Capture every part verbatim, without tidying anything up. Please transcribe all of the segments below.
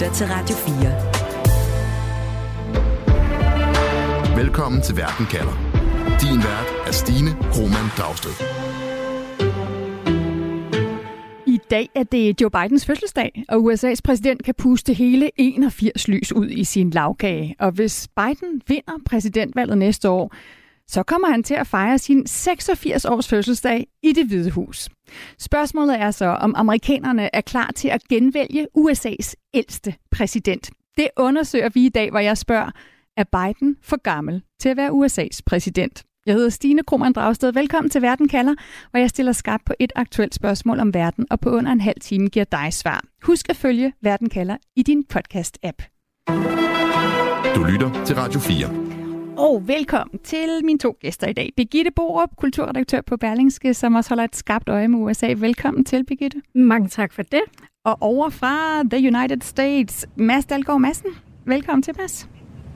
lytter til Radio fire. Velkommen til Verden kalder. Din vært er Stine Krohmann Dragsted. I dag er det Joe Bidens fødselsdag, og U S A's præsident kan puste hele enogfirs lys ud i sin lagkage. Og hvis Biden vinder præsidentvalget næste år, så kommer han til at fejre sin seksogfirs års fødselsdag i Det Hvide Hus. Spørgsmålet er så, om amerikanerne er klar til at genvælge U S A's ældste præsident. Det undersøger vi i dag, hvor jeg spørger, er Biden for gammel til at være U S A's præsident? Jeg hedder Stine Krohmann Dragsted. Velkommen til Verden kalder, hvor jeg stiller skarpt på et aktuelt spørgsmål om verden, og på under en halv time giver dig svar. Husk at følge Verden kalder i din podcast-app. Du lytter til Radio fire. Og velkommen til mine to gæster i dag. Birgitte Borup, kulturredaktør på Berlingske, som også holder et skarpt øje med U S A. Velkommen til, Birgitte. Mange tak for det. Og over fra The United States, Mads Dalgaard Madsen. Velkommen til, Mads.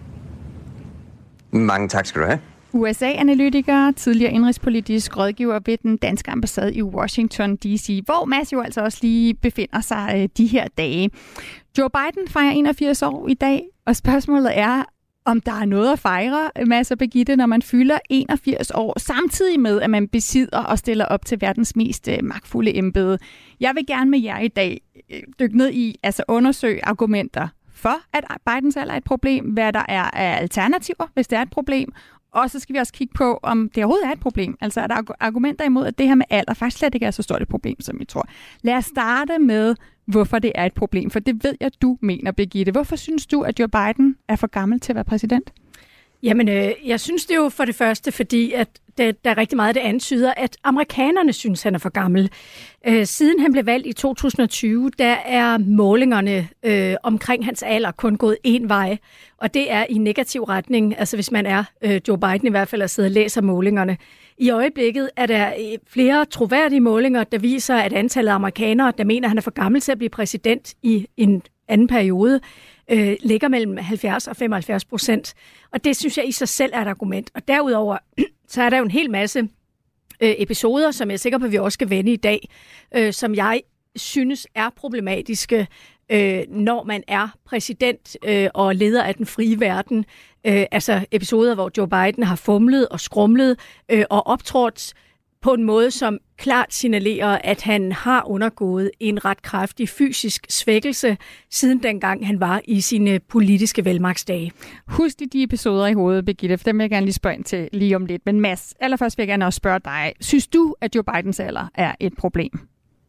Mange tak skal du have. U S A-analytiker, tidligere indrigspolitisk rådgiver ved den danske ambassade i Washington D C, hvor Mads jo altså også lige befinder sig de her dage. Joe Biden fejrer enogfirs år i dag, og spørgsmålet er, om der er noget at fejre, Mads og Birgitte, når man fylder enogfirs år, samtidig med, at man besidder og stiller op til verdens mest magtfulde embede. Jeg vil gerne med jer i dag dykke ned i, altså undersøge argumenter for, at Bidens alder er et problem, hvad der er af alternativer, hvis det er et problem. Og så skal vi også kigge på, om det overhovedet er et problem. Altså er der argumenter imod, at det her med alder faktisk slet ikke er så stort et problem, som vi tror. Lad os starte med, hvorfor det er et problem. For det ved jeg, du mener, Birgitte. Hvorfor synes du, at Joe Biden er for gammel til at være præsident? Jamen, øh, jeg synes det jo for det første, fordi at det, der er rigtig meget, det antyder, at amerikanerne synes, han er for gammel. Øh, siden han blev valgt i to tusind og tyve, der er målingerne øh, omkring hans alder kun gået én vej, og det er i negativ retning, altså hvis man er øh, Joe Biden i hvert fald, og sidder og læser målingerne. I øjeblikket er der flere troværdige målinger, der viser, at antallet af amerikanere, der mener, at han er for gammel til at blive præsident i en anden periode, øh, ligger mellem halvfjerds og femoghalvfjerds procent. Og det synes jeg i sig selv er et argument. Og derudover, så er der jo en hel masse øh, episoder, som jeg er sikker på, at vi også skal vende i dag, øh, som jeg synes er problematiske, øh, når man er præsident øh, og leder af den frie verden. Øh, altså episoder, hvor Joe Biden har fumlet og skrumlet øh, og optrådt på en måde, som klart signalerer, at han har undergået en ret kraftig fysisk svækkelse, siden dengang han var i sine politiske velmagtsdage. Husk de episoder i hovedet, Birgitte, for dem vil jeg gerne lige spørge ind til lige om lidt. Men Mads, allerførst vil jeg gerne også spørge dig. Synes du, at Joe Bidens alder er et problem?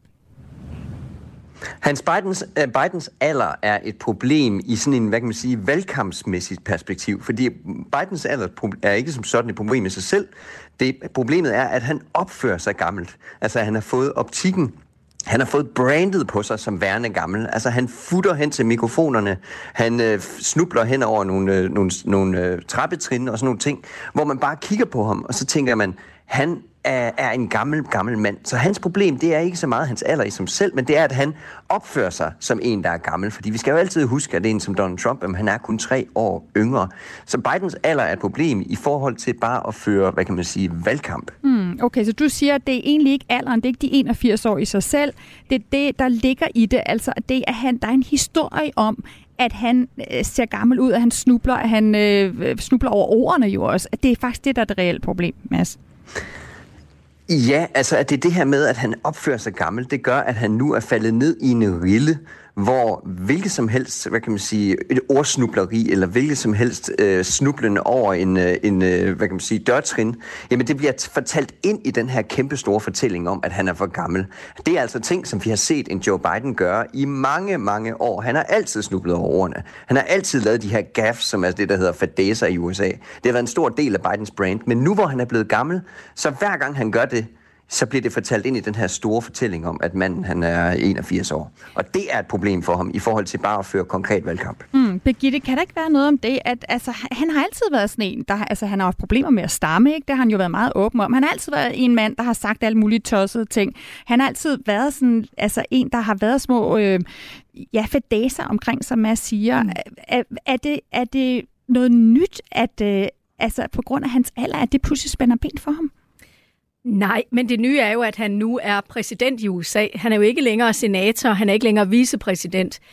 Hans Bidens, uh, Bidens alder er et problem i sådan en, hvad kan man sige, valgkampsmæssigt perspektiv, fordi Bidens alder er ikke som sådan et problem i sig selv. Det, problemet er, at han opfører sig gammelt. Altså, han har fået optikken, han har fået brandet på sig som værende gammel. Altså, han futter hen til mikrofonerne, han øh, snubler hen over nogle, øh, nogle, nogle øh, trappetrin og sådan nogle ting, hvor man bare kigger på ham, og så tænker man, han er, er en gammel, gammel mand. Så hans problem, det er ikke så meget hans alder i sig selv, men det er, at han opfører sig som en, der er gammel. Fordi vi skal jo altid huske, at det er en som Donald Trump, men han er kun tre år yngre. Så Bidens alder er et problem i forhold til bare at føre, hvad kan man sige, valgkamp. Hmm, okay, så du siger, at det er egentlig ikke alderen, det er ikke de enogfirs år i sig selv. Det er det, der ligger i det. Altså, det er, han, der er en historie om, at han øh, ser gammel ud, at han snubler, at han øh, snubler over ordene jo også. At det er faktisk det, der er det reelle problem, Mads. Ja, altså at det er det her med, at han opfører sig gammel, det gør, at han nu er faldet ned i en rille, hvor hvilket som helst, hvad kan man sige, et ordsnubleri, eller hvilket som helst øh, snublende over en, en øh, hvad kan man sige, dørtrin, jamen det bliver fortalt ind i den her kæmpe store fortælling om, at han er for gammel. Det er altså ting, som vi har set en Joe Biden gøre i mange, mange år. Han har altid snublet over ordene. Han har altid lavet de her gaffes, som er det, der hedder fadæser i U S A. Det har været en stor del af Bidens brand, men nu hvor han er blevet gammel, så hver gang han gør det, så bliver det fortalt ind i den her store fortælling om, at manden han er enogfirs år. Og det er et problem for ham i forhold til bare at føre konkret valgkamp. Mm, Birgitte, kan der ikke være noget om det, at altså, han har altid været sådan en, der altså, han har haft problemer med at stamme, ikke? Det har han jo været meget åben om. Han har altid været en mand, der har sagt alle mulige tossede ting. Han har altid været sådan, altså en, der har været små øh, ja, fadæser omkring, som man siger. Mm. Er, er, det, er det noget nyt, at øh, altså, på grund af hans alder, at det pludselig spænder ben for ham? Nej, men det nye er jo, at han nu er præsident i U S A. Han er jo ikke længere senator, han er ikke længere vicepræsident.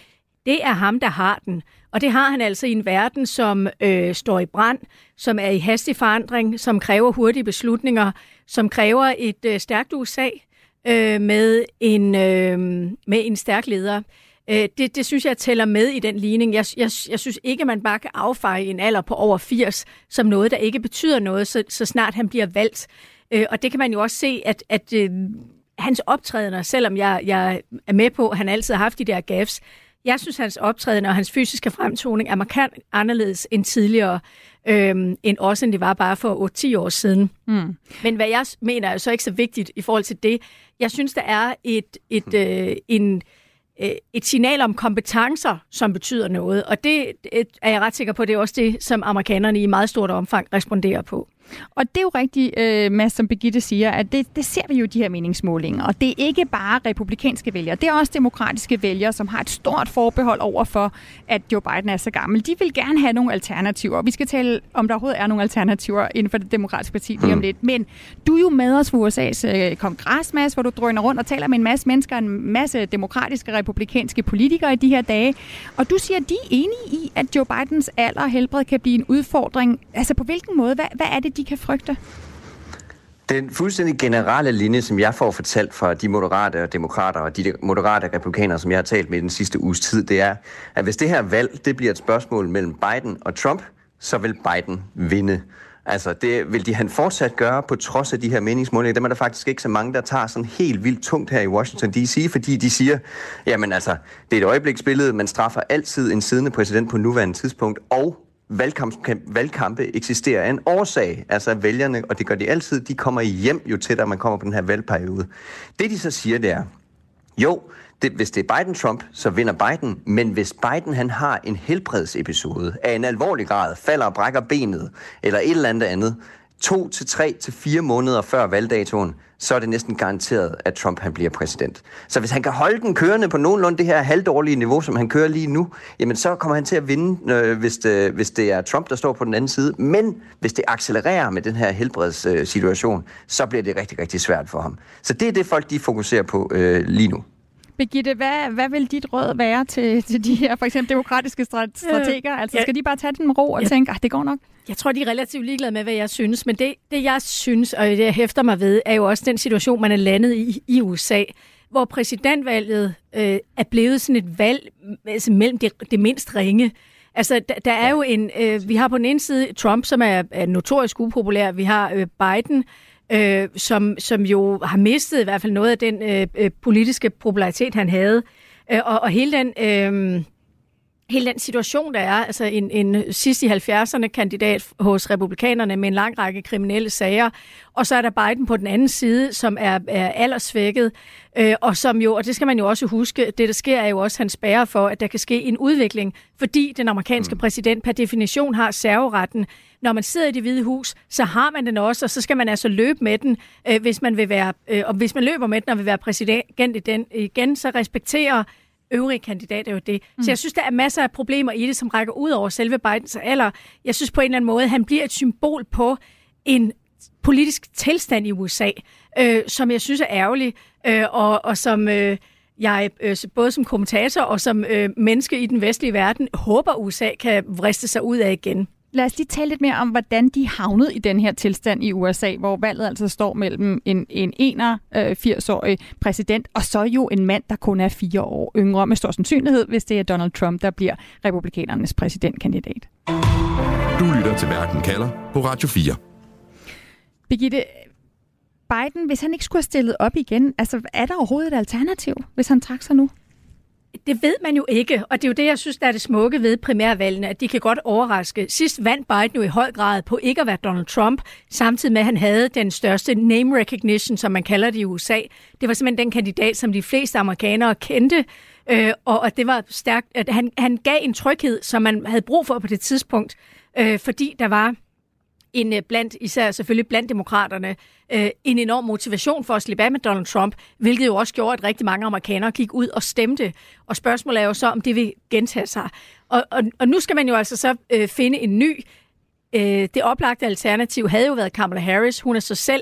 det er ham, der har den. Og det har han altså i en verden, som øh, står i brand, som er i hastig forandring, som kræver hurtige beslutninger, som kræver et øh, stærkt U S A øh, med, en, øh, med en stærk leder. Øh, det, det synes jeg tæller med i den ligning. Jeg, jeg, jeg synes ikke, man bare kan affeje en alder på over firs som noget, der ikke betyder noget, så, så snart han bliver valgt. Øh, og det kan man jo også se, at, at øh, hans optrædener, selvom jeg, jeg er med på, at han altid har haft de der gaffes, jeg synes, hans optræden og hans fysiske fremtoning er markant anderledes end tidligere, øhm, end også end det var bare for otte til ti år siden. Mm. Men hvad jeg mener er så ikke så vigtigt i forhold til det. Jeg synes, der er et, et, øh, en, øh, et signal om kompetencer, som betyder noget. Og det et, er jeg ret sikker på, det er også det, som amerikanerne i meget stort omfang responderer på. Og det er jo rigtigt, øh, Mads, som Birgitte siger, at det, det ser vi jo i de her meningsmålinger. Og det er ikke bare republikanske vælgere, det er også demokratiske vælgere, som har et stort forbehold over for, at Joe Biden er så gammel. De vil gerne have nogle alternativer. Vi skal tale, om der overhovedet er nogle alternativer inden for det demokratiske parti lige om lidt. Men du er jo med os for U S A's øh, kongres, Mads, hvor du drøner rundt og taler med en masse mennesker, en masse demokratiske republikanske politikere i de her dage. Og du siger, at de er enige i, at Joe Bidens alder og helbred kan blive en udfordring. Altså på hvilken måde? Hvad, hvad er det, de kan frygte? Den fuldstændig generelle linje, som jeg får fortalt fra de moderate og demokrater og de moderate republikanere, som jeg har talt med den sidste uges tid, det er, at hvis det her valg, det bliver et spørgsmål mellem Biden og Trump, så vil Biden vinde. Altså, det vil de han fortsat gøre på trods af de her meningsmålinger. Dem er der faktisk ikke så mange, der tager sådan helt vildt tungt her i Washington D C, fordi de siger, jamen altså, det er et øjebliksbillede, man straffer altid en siddende præsident på nuværende tidspunkt, og Valgkamp, valgkampe eksisterer af en årsag, altså vælgerne, og det gør de altid, de kommer hjem jo tættere man kommer på den her valgperiode. Det de så siger, det er, jo, det, hvis det er Biden-Trump, så vinder Biden, men hvis Biden han har en helbredsepisode af en alvorlig grad, falder og brækker benet, eller et eller andet andet, to til tre til fire måneder før valgdatoen, så er det næsten garanteret, at Trump han bliver præsident. Så hvis han kan holde den kørende på nogenlunde det her halvdårlige niveau, som han kører lige nu, jamen så kommer han til at vinde, øh, hvis, det, hvis det er Trump, der står på den anden side. Men hvis det accelererer med den her helbredssituation, så bliver det rigtig, rigtig svært for ham. Så det er det, folk de fokuserer på øh, lige nu. Birgitte, hvad, hvad vil dit råd være til, til de her for eksempel demokratiske strateger? Altså skal de bare tage den ro og ja. tænke, at det går nok? Jeg tror, de er relativt ligeglade med, hvad jeg synes, men det, det jeg synes, og det jeg hæfter mig ved, er jo også den situation, man er landet i i U S A, hvor præsidentvalget øh, er blevet sådan et valg altså mellem det, det mindst ringe. Altså, der, der er jo en... Øh, vi har på den ene side Trump, som er, er notorisk upopulær. Vi har øh, Biden, øh, som, som jo har mistet i hvert fald noget af den øh, politiske popularitet, han havde. Øh, og, og hele den... Øh, Hele den situation, der er, altså en, en sidst i halvfjerdserne kandidat hos republikanerne med en lang række kriminelle sager, og så er der Biden på den anden side, som er, er alderssvækket, øh, og som jo, og det skal man jo også huske, det der sker er jo også, han spærrer for, at der kan ske en udvikling, fordi den amerikanske mm. præsident per definition har serveretten. Når man sidder i Det Hvide Hus, så har man den også, og så skal man altså løbe med den, øh, hvis man vil være, øh, og hvis man løber med den og vil være præsident i den igen, så respekterer øvrige kandidater jo det. Mm. Så jeg synes, der er masser af problemer i det, som rækker ud over selve Bidens alder. Jeg synes på en eller anden måde, han bliver et symbol på en politisk tilstand i U S A, øh, som jeg synes er ærgerlig, øh, og, og som øh, jeg øh, både som kommentator og som øh, menneske i den vestlige verden håber, U S A kan vriste sig ud af igen. Lad os lige tale lidt mere om, hvordan de havnede i den her tilstand i U S A, hvor valget altså står mellem en, en enogfirs-årig præsident, og så jo en mand, der kun er fire år yngre, med stor sandsynlighed, hvis det er Donald Trump, der bliver republikanernes præsidentkandidat. Du lytter til Verden kalder på Radio fire. Birgitte, Biden, hvis han ikke skulle have stillet op igen, altså er der overhovedet et alternativ, hvis han trak sig nu? Det ved man jo ikke, og det er jo det, jeg synes, der er det smukke ved primærvalgene, at de kan godt overraske. Sidst vandt Biden jo i høj grad på ikke at være Donald Trump, samtidig med, at han havde den største name recognition, som man kalder det i U S A. Det var simpelthen den kandidat, som de fleste amerikanere kendte, øh, og, og det var stærkt. At han, han gav en tryghed, som man havde brug for på det tidspunkt, øh, fordi der var en blandt, især selvfølgelig blandt demokraterne, øh, en enorm motivation for at slippe af med Donald Trump, hvilket jo også gjorde, at rigtig mange amerikanere gik ud og stemte. Og spørgsmålet er jo så, om det vil gentage sig. Og, og, og nu skal man jo altså så øh, finde en ny. Øh, det oplagte alternativ havde jo været Kamala Harris. Hun er så selv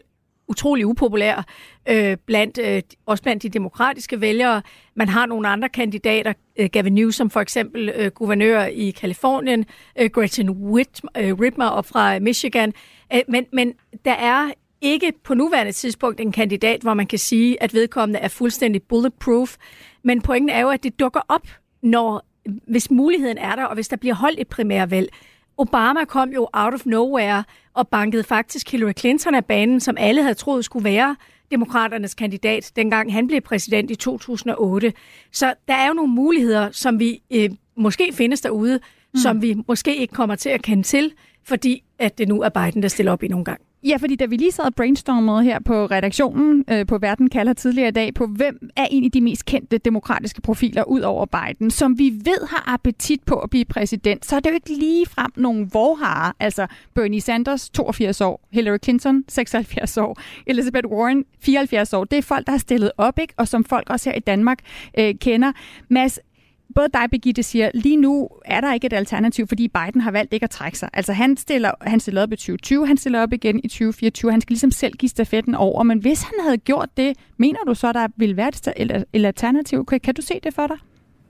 utrolig upopulær øh, blandt, øh, også blandt de demokratiske vælgere. Man har nogle andre kandidater, øh, Gavin Newsom for eksempel, øh, guvernør i Kalifornien, øh, Gretchen Whit, øh, Whitmer op fra Michigan. Øh, men, men der er ikke på nuværende tidspunkt en kandidat, hvor man kan sige, at vedkommende er fuldstændig bulletproof. Men pointen er jo, at det dukker op, når, hvis muligheden er der, og hvis der bliver holdt et primærvalg. Obama kom jo out of nowhere og bankede faktisk Hillary Clinton af banen, som alle havde troet skulle være demokraternes kandidat, dengang han blev præsident i to tusind og otte. Så der er jo nogle muligheder, som vi øh, måske findes derude, mm. som vi måske ikke kommer til at kende til, fordi at det nu er Biden, der stiller op i nogle gang. Ja, fordi da vi lige sad og brainstormede her på redaktionen øh, på Verden kalder tidligere i dag, på hvem er en af de mest kendte demokratiske profiler ud over Biden, som vi ved har appetit på at blive præsident, så er det jo ikke lige frem nogen vorharer. Altså Bernie Sanders, toogfirs år, Hillary Clinton, seksoghalvfjerds år, Elizabeth Warren, fireoghalvfjerds år. Det er folk, der har stillet op, ikke? Og som folk også her i Danmark øh, kender. Mads, både dig, Birgitte, siger, lige nu er der ikke et alternativ, fordi Biden har valgt ikke at trække sig. Altså han stiller, han stiller op i tyve tyve, han stiller op igen i tyve fireogtyve. Han skal ligesom selv give stafetten over. Men hvis han havde gjort det, mener du så, der ville være et alternativ? Kan, kan du se det for dig?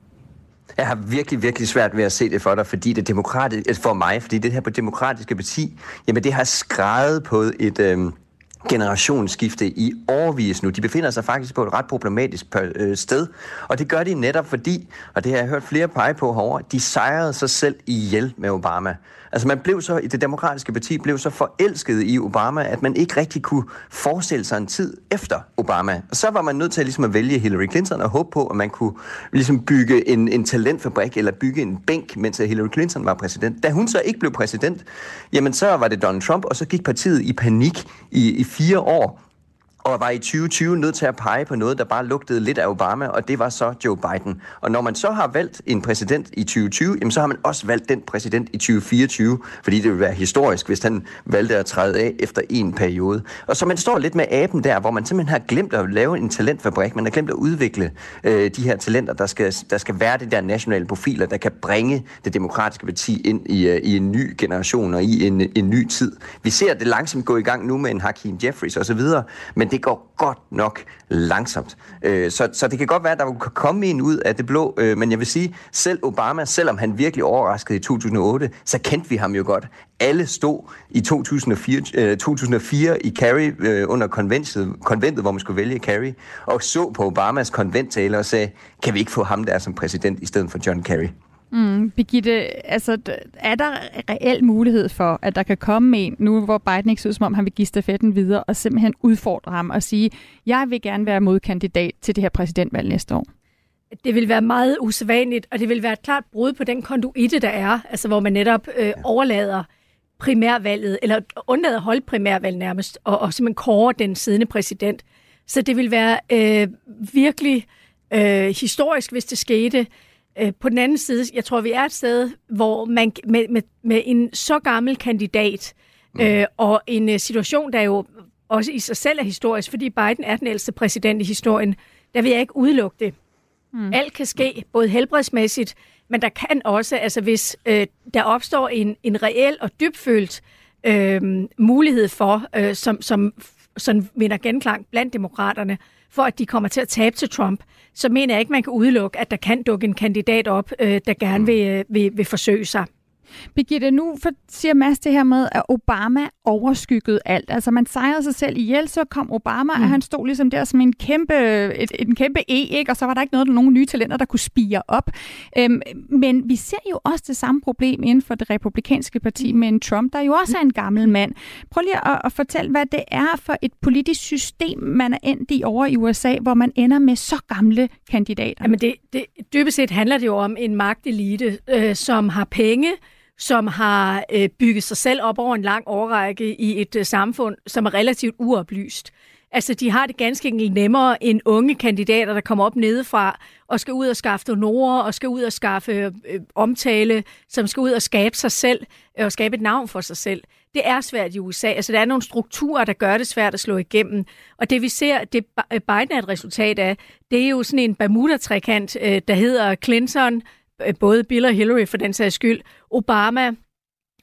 Jeg har virkelig, virkelig svært ved at se det for dig, fordi det demokratiske, for mig, fordi det her på demokratiske parti, jamen det har skreget på et øhm generationsskifte i årevis nu. De befinder sig faktisk på et ret problematisk sted, og det gør de netop fordi, og det har jeg hørt flere pege på herovre, de sejrede sig selv ihjel med Obama. Altså man blev så, i det demokratiske parti, blev så forelsket i Obama, at man ikke rigtig kunne forestille sig en tid efter Obama. Og så var man nødt til ligesom at vælge Hillary Clinton og håbe på, at man kunne ligesom bygge en, en talentfabrik eller bygge en bænk, mens Hillary Clinton var præsident. Da hun så ikke blev præsident, jamen så var det Donald Trump, og så gik partiet i panik i, i fire år, og var i tyve tyve nødt til at pege på noget, der bare lugtede lidt af Obama, og det var så Joe Biden. Og når man så har valgt en præsident i tyve tyve, jamen så har man også valgt den præsident i tyve fireogtyve, fordi det vil være historisk, hvis han valgte at træde af efter en periode. Og så man står lidt med aben der, hvor man simpelthen har glemt at lave en talentfabrik, man har glemt at udvikle øh, de her talenter, der skal, der skal være det der nationale profiler, der kan bringe det demokratiske parti ind i, øh, i en ny generation og i en, en ny tid. Vi ser det langsomt gå i gang nu med en Hakeem Jeffries osv., men det går godt nok langsomt. Øh, så, så det kan godt være, at der kan komme en ud af det blå, øh, men jeg vil sige, selv Obama, selvom han virkelig overraskede i to tusind og otte, så kendte vi ham jo godt. Alle stod i to tusind og fire, øh, to tusind og fire i Kerry øh, under konventet, konventet, hvor man skulle vælge Kerry, og så på Obamas konventtaler og sagde, kan vi ikke få ham der som præsident i stedet for John Kerry? Mm, Birgitte, altså, er der reel mulighed for, at der kan komme en, nu hvor Biden ikke ser ud som om, han vil give stafetten videre, og simpelthen udfordre ham og sige, jeg vil gerne være modkandidat til det her præsidentvalg næste år? Det vil være meget usædvanligt, og det vil være et klart brud på den konduite, der er, altså hvor man netop øh, overlader primærvalget, eller undlader at holde primærvalget nærmest, og, og simpelthen kårer den siddende præsident. Så det vil være øh, virkelig øh, historisk, hvis det skete. På den anden side, jeg tror, vi er et sted, hvor man med, med, med en så gammel kandidat mm. øh, og en situation, der jo også i sig selv er historisk, fordi Biden er den ældste præsident i historien, der vil jeg ikke udelukke det. Mm. Alt kan ske, både helbredsmæssigt, men der kan også, altså hvis øh, der opstår en, en reel og dybfølt øh, mulighed for, øh, som, som, som vinder genklang blandt demokraterne, for at de kommer til at tabe til Trump, så mener jeg ikke, man kan udelukke, at der kan dukke en kandidat op, øh, der gerne vil, vil, vil forsøge sig. Birgitte, nu siger Mads det her med, at Obama overskyggede alt. Altså man sejrede sig selv ihjel, så kom Obama, mm. og han stod ligesom der som en kæmpe, et, en kæmpe E, ikke? Og så var der ikke noget, der nogen nye talenter, der kunne spire op. Øhm, men vi ser jo også det samme problem inden for det republikanske parti med en Trump, der jo også er en gammel mand. Prøv lige at, at fortælle, hvad det er for et politisk system, man er endt i over i U S A, hvor man ender med så gamle kandidater. Jamen det, det, dybest set handler det jo om en magtelite, øh, som har penge, som har øh, bygget sig selv op over en lang årrække i et øh, samfund, som er relativt uoplyst. Altså, de har det ganske enkelt nemmere end unge kandidater, der kommer op nedefra og skal ud og skaffe donorer og skal ud og skaffe øh, omtale, som skal ud og skabe sig selv øh, og skabe et navn for sig selv. Det er svært i U S A. Altså, der er nogle strukturer, der gør det svært at slå igennem. Og det vi ser, det Biden er et resultat af, det er jo sådan en Bermuda-trekant, øh, der hedder Clinton, både Bill og Hillary for den sags skyld, Obama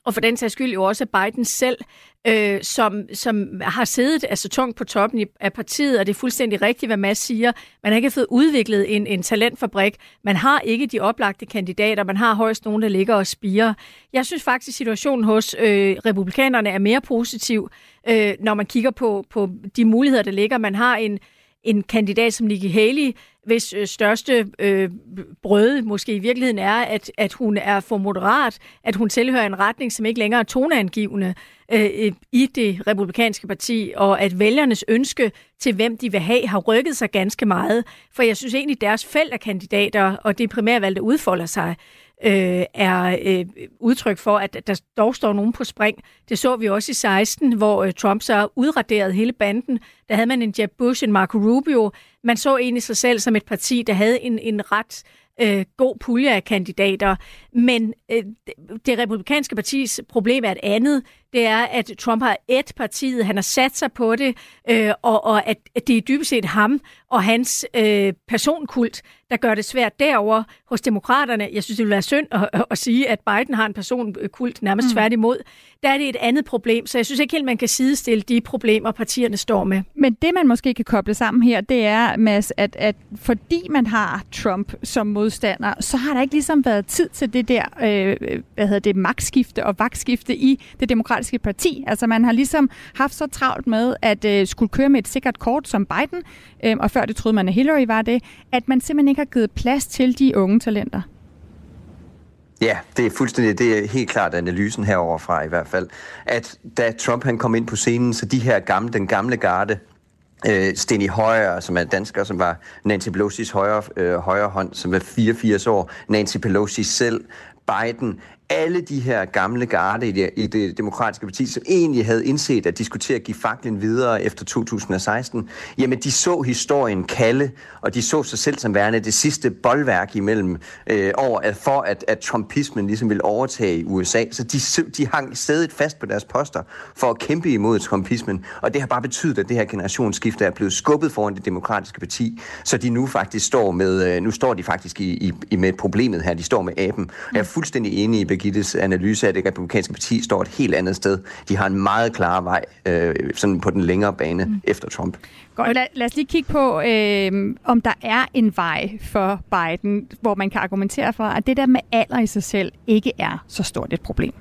og for den sags skyld jo også Biden selv, øh, som, som har siddet altså tungt på toppen af partiet, og det er fuldstændig rigtigt, hvad Mads siger. Man har ikke fået udviklet en, en talentfabrik. Man har ikke de oplagte kandidater. Man har højst nogen, der ligger og spirer. Jeg synes faktisk, at situationen hos øh, republikanerne er mere positiv, øh, når man kigger på, på de muligheder, der ligger. Man har en en kandidat som Nikki Haley, hvis øh, største øh, brøde måske i virkeligheden er, at, at hun er for moderat, at hun tilhører en retning, som ikke længere er toneangivende øh, i det republikanske parti, og at vælgernes ønske til, hvem de vil have, har rykket sig ganske meget. For jeg synes egentlig, deres felt af kandidater, og det primærvalg, der udfolder sig, Øh, er øh, udtryk for, at der dog står nogen på spring. Det så vi også i seksten, hvor øh, Trump så udraderede hele banden. Der havde man en Jeb Bush, en Marco Rubio. Man så egentlig sig selv som et parti, der havde en, en ret øh, god pulje af kandidater. Men øh, det republikanske partis problem er et andet. Det er, at Trump har et partiet, han har sat sig på det, øh, og, og at, at det er dybest set ham og hans øh, personkult, der gør det svært derover hos demokraterne. Jeg synes, det vil være synd at, at, at sige, at Biden har en personkult nærmest mm. tværtimod. Der er det et andet problem, så jeg synes ikke helt, man kan sidestille de problemer, partierne står med. Men det, man måske kan koble sammen her, det er, Mads, at, at fordi man har Trump som modstander, så har der ikke ligesom været tid til det der øh, hvad hedder det, magtskifte og vagtskifte i det demokratiske parti. Altså man har ligesom haft så travlt med at øh, skulle køre med et sikkert kort som Biden, øh, og før det troede man, at Hillary var det, at man simpelthen ikke har givet plads til de unge talenter. Ja, det er fuldstændig, det er helt klart analysen heroverfra i hvert fald, at da Trump han kom ind på scenen, så de her gamle, den gamle garde, øh, Steny Hoyer, som er dansker, som var Nancy Pelosi's højre, øh, højre hånd, som var fireogfirs år, Nancy Pelosi selv, Biden, alle de her gamle garde i det, i det demokratiske parti, som egentlig havde indset at diskutere at give faklen videre efter to tusind og seksten, jamen de så historien kalde, og de så sig selv som værende det sidste bolværk imellem øh, over, at for at, at trumpismen ligesom ville overtage i U S A. Så de, de hang stedigt fast på deres poster for at kæmpe imod trumpismen, og det har bare betydet, at det her generationsskifte er blevet skubbet foran det demokratiske parti, så de nu faktisk står med, øh, nu står de faktisk i, i, med problemet her, de står med aben. Jeg er fuldstændig enig i Birgittes analyse af, at det republikanske parti står et helt andet sted. De har en meget klar vej øh, sådan på den længere bane mm. efter Trump. Godt, lad, lad os lige kigge på, øh, om der er en vej for Biden, hvor man kan argumentere for, at det der med alder i sig selv ikke er så stort et problem.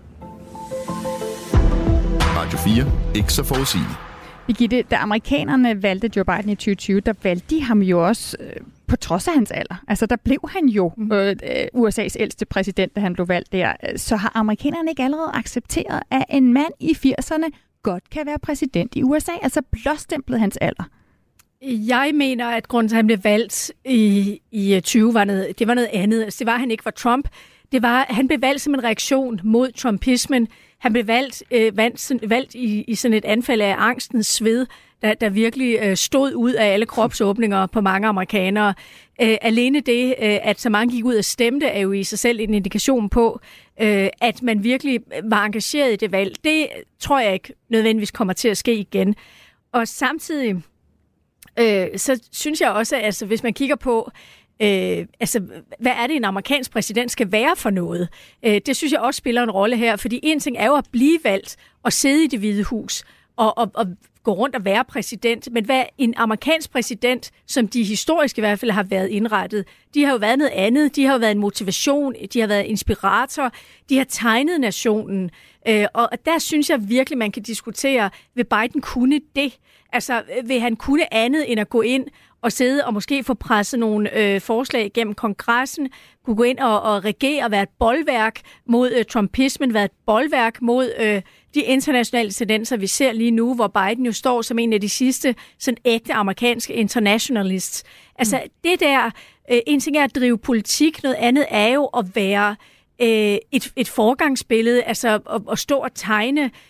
Radio fire. Ikke så forudsigende. Birgitte, da amerikanerne valgte Joe Biden i tyve tyve, der valgte de ham jo også øh, på trods af hans alder. Altså, der blev han jo øh, U S A's ældste præsident, da han blev valgt der. Så har amerikanerne ikke allerede accepteret, at en mand i firserne godt kan være præsident i U S A? Altså blåstemplet hans alder? Jeg mener, at grunden til, at han blev valgt i, i tyve, var noget, det var noget andet. Altså, det var, at han ikke var Trump. Det var, han blev valgt som en reaktion mod trumpismen. Han blev valgt, øh, valgt, valgt i, i sådan et anfald af angstens sved, der, der virkelig øh, stod ud af alle kropsåbninger på mange amerikanere. Øh, alene det, øh, at så mange gik ud og stemte, er jo i sig selv en indikation på, øh, at man virkelig var engageret i det valg. Det tror jeg ikke nødvendigvis kommer til at ske igen. Og samtidig, øh, så synes jeg også, at altså, hvis man kigger på, Øh, altså, hvad er det, en amerikansk præsident skal være for noget? Øh, det synes jeg også spiller en rolle her, fordi en ting er jo at blive valgt og sidde i Det Hvide Hus og, og, og gå rundt og være præsident, men hvad en amerikansk præsident, som de historisk i hvert fald har været indrettet, de har jo været noget andet, de har jo været en motivation, de har været inspirator, de har tegnet nationen, øh, og der synes jeg virkelig, man kan diskutere, vil Biden kunne det? Altså, vil han kunne andet end at gå ind og sidde og måske få presset nogle øh, forslag gennem kongressen, kunne gå ind og, og regere og være et bolværk mod øh, trumpismen, være et bolværk mod øh, de internationale tendenser, vi ser lige nu, hvor Biden jo står som en af de sidste sådan ægte amerikanske internationalists. Altså mm. det der, øh, en ting er at drive politik, noget andet er jo at være øh, et, et forgangsbillede, altså at, at stå og tegne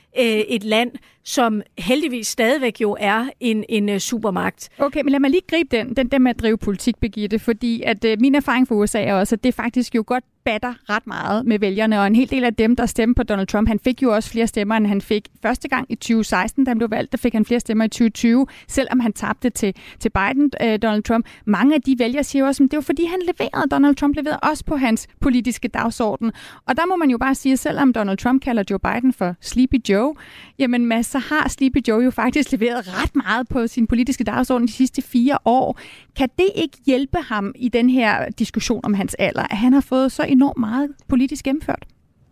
øh, et land, som heldigvis stadigvæk jo er en, en uh, supermagt. Okay, men lad mig lige gribe den, den der med at drive politik, Birgitte, fordi at øh, min erfaring fra U S A er også, at det faktisk jo godt batter ret meget med vælgerne, og en hel del af dem, der stemte på Donald Trump, han fik jo også flere stemmer, end han fik første gang i tyve seksten, da han blev valgt, der fik han flere stemmer i tyve tyve, selvom han tabte til, til Biden, øh, Donald Trump. Mange af de vælgere siger også, at det var fordi, han leverede, Donald Trump leverede også på hans politiske dagsorden. Og der må man jo bare sige, selvom Donald Trump kalder Joe Biden for Sleepy Joe, jamen masser har Sleepy Joe jo faktisk leveret ret meget på sin politiske dagsorden de sidste fire år. Kan det ikke hjælpe ham i den her diskussion om hans alder, at han har fået så enormt meget politisk gennemført?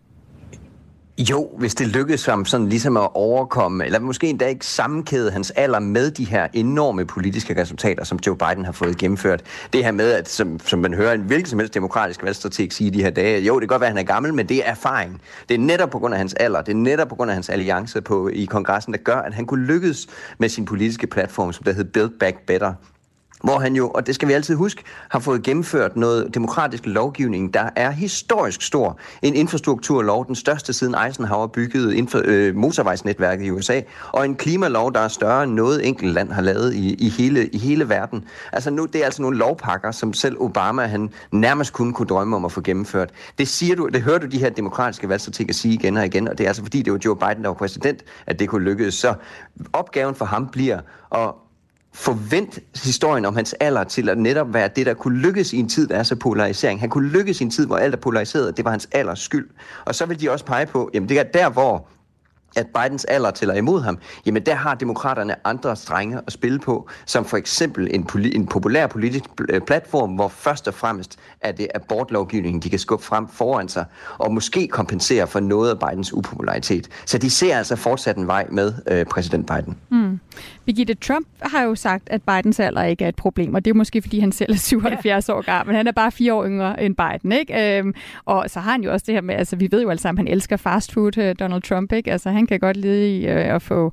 Jo, hvis det lykkes ham sådan ligesom at overkomme, eller måske endda ikke sammenkæde hans alder med de her enorme politiske resultater, som Joe Biden har fået gennemført. Det her med, at som, som man hører en hvilken som helst demokratisk valgstrateg sige de her dage, jo, det kan godt være, at han er gammel, men det er erfaring. Det er netop på grund af hans alder, det er netop på grund af hans alliance på, i kongressen, der gør, at han kunne lykkes med sin politiske platform, som der hed Build Back Better. Hvor han jo, og det skal vi altid huske, har fået gennemført noget demokratisk lovgivning, der er historisk stor. En infrastrukturlov, den største siden Eisenhower byggede infra, øh, motorvejsnetværket i U S A, og en klimalov, der er større end noget enkelt land har lavet i, i, hele, i hele verden. Altså nu, det er altså nogle lovpakker, som selv Obama han nærmest kun kunne drømme om at få gennemført. Det siger du, det hører du de her demokratiske valgstrateger sige igen og igen, og det er altså fordi, det var Joe Biden, der var præsident, at det kunne lykkes. Så opgaven for ham bliver at forvent historien om hans alder til at netop være det, der kunne lykkes i en tid, der er så polarisering. Han kunne lykkes i en tid, hvor alt er polariseret, det var hans alders skyld. Og så vil de også pege på, jamen det er der, hvor at Bidens alder tæller imod ham, jamen der har demokraterne andre strenge at spille på, som for eksempel en, poli- en populær politisk platform, hvor først og fremmest er det abortlovgivningen, de kan skubbe frem foran sig, og måske kompensere for noget af Bidens upopularitet. Så de ser altså fortsat en vej med øh, præsident Biden. Mm. Birgitte, Trump har jo sagt, at Bidens alder ikke er et problem, og det er måske, fordi han selv er syvoghalvfjerds år gammel, men han er bare fire år yngre end Biden, ikke? Øhm, og så har han jo også det her med, altså vi ved jo alle sammen, han elsker fast food, Donald Trump, ikke? Altså han kan godt lide i øh, at få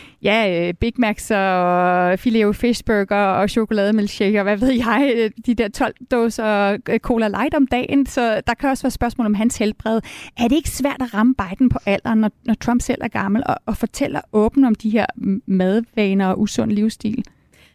ja, Big Macs og filet fishburger og chokolademilkshake og hvad ved jeg, de der tolv dåser Cola Light om dagen, så der kan også være spørgsmål om hans helbred. Er det ikke svært at ramme Biden på alderen, når, når Trump selv er gammel, og, og fortæller åbent om de her madvaner og usund livsstil?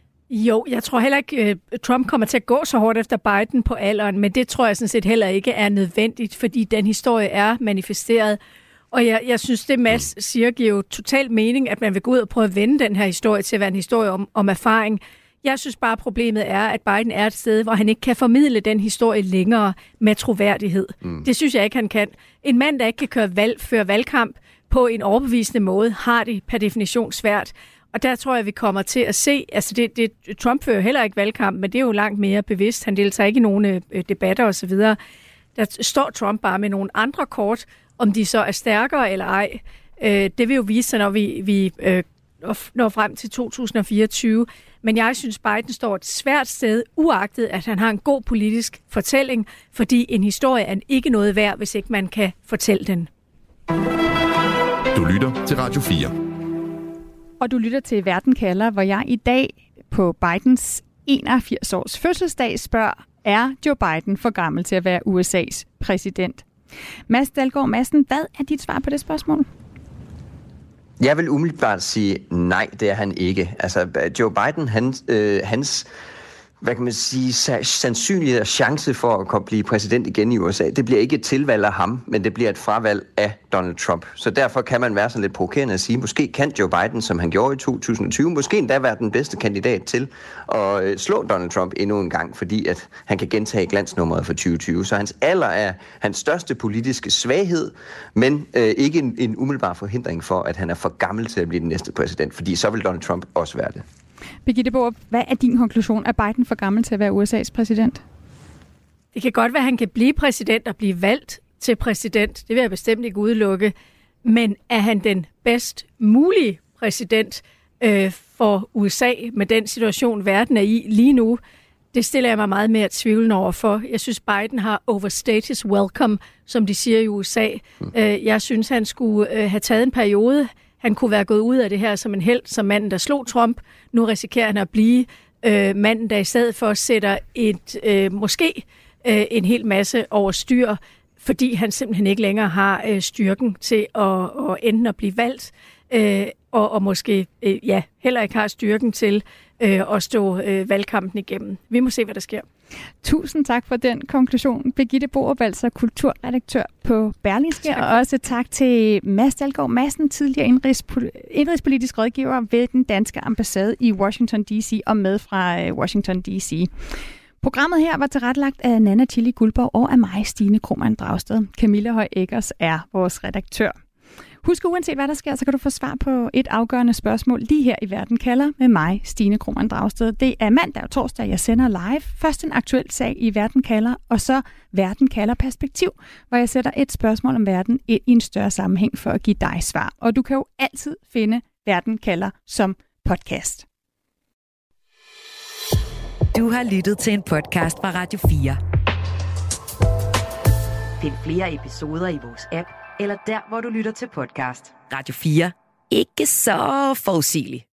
Jo, jeg tror heller ikke, at Trump kommer til at gå så hårdt efter Biden på alderen, men det tror jeg sådan set heller ikke er nødvendigt, fordi den historie er manifesteret. Og jeg, jeg synes, det Mads siger giver jo totalt mening, at man vil gå ud og prøve at vende den her historie til at være en historie om, om erfaring. Jeg synes bare, problemet er, at Biden er et sted, hvor han ikke kan formidle den historie længere med troværdighed. Mm. Det synes jeg ikke, han kan. En mand, der ikke kan køre valg, føre valgkamp på en overbevisende måde, har det per definition svært. Og der tror jeg, vi kommer til at se, altså det, det, Trump fører heller ikke valgkamp, men det er jo langt mere bevidst. Han deltager ikke i nogen øh, debatter osv. Der står Trump bare med nogle andre kort, om de så er stærkere eller ej. Øh, det vil jo vise sig, når vi, vi øh, når frem til to tusind fireogtyve. Men jeg synes, Biden står et svært sted, uagtet at han har en god politisk fortælling, fordi en historie er ikke noget værd, hvis ikke man kan fortælle den. Du lytter til Radio fire. Og du lytter til Verden kalder, hvor jeg i dag på Bidens enogfirs års fødselsdag spørger, er Joe Biden for gammel til at være U S A's præsident? Mads Dalgaard Madsen, hvad er dit svar på det spørgsmål? Jeg vil umiddelbart sige, nej, det er han ikke. Altså, Joe Biden, han, øh, hans, hvad kan man sige, sandsynlighed og chance for at kunne blive præsident igen i U S A, det bliver ikke et tilvalg af ham, men det bliver et fravalg af Donald Trump. Så derfor kan man være sådan lidt provokerende at sige, måske kan Joe Biden, som han gjorde i to tusind tyve, måske endda være den bedste kandidat til at slå Donald Trump endnu en gang, fordi at han kan gentage glansnummeret for tyve tyve. Så hans alder er hans største politiske svaghed, men øh, ikke en, en umiddelbar forhindring for, at han er for gammel til at blive den næste præsident, fordi så vil Donald Trump også være det. Birgitte Borup, hvad er din konklusion? Er Biden for gammel til at være U S A's præsident? Det kan godt være, at han kan blive præsident og blive valgt til præsident. Det vil jeg bestemt ikke udelukke. Men er han den bedst mulige præsident øh, for U S A med den situation, verden er i lige nu? Det stiller jeg mig meget mere tvivlende over for. Jeg synes, Biden har overstayed his welcome, som de siger i U S A. Mm. Jeg synes, han skulle have taget en periode. Han kunne være gået ud af det her som en helt, som manden, der slog Trump. Nu risikerer han at blive øh, manden, der i stedet for sætter et, øh, måske øh, en hel masse over styr fordi han simpelthen ikke længere har øh, styrken til at, at enten at blive valgt, øh, og, og måske øh, ja, heller ikke har styrken til øh, at stå øh, valgkampen igennem. Vi må se, hvad der sker. Tusind tak for den konklusion. Birgitte Borup, altså kulturredaktør på Berlingske, og også tak til Mads Dalgaard Madsen, tidligere indrigspolitisk rådgiver ved den danske ambassade i Washington D C og med fra Washington D C. Programmet her var tilrettelagt af Nana Chili Guldborg og af mig, Stine Krohmann Dragsted. Camilla Høj Eggers er vores redaktør. Husk, uanset hvad der sker, så kan du få svar på et afgørende spørgsmål lige her i Verden kalder med mig, Stine Krohmann Dragsted. Det er mandag og torsdag, jeg sender live. Først en aktuel sag i Verden kalder, og så Verden kalder perspektiv, hvor jeg sætter et spørgsmål om verden ind i en større sammenhæng for at give dig svar. Og du kan jo altid finde Verden kalder som podcast. Du har lyttet til en podcast fra Radio fire. Find flere episoder i vores app, eller der, hvor du lytter til podcast. Radio fire. Ikke så forudsigeligt.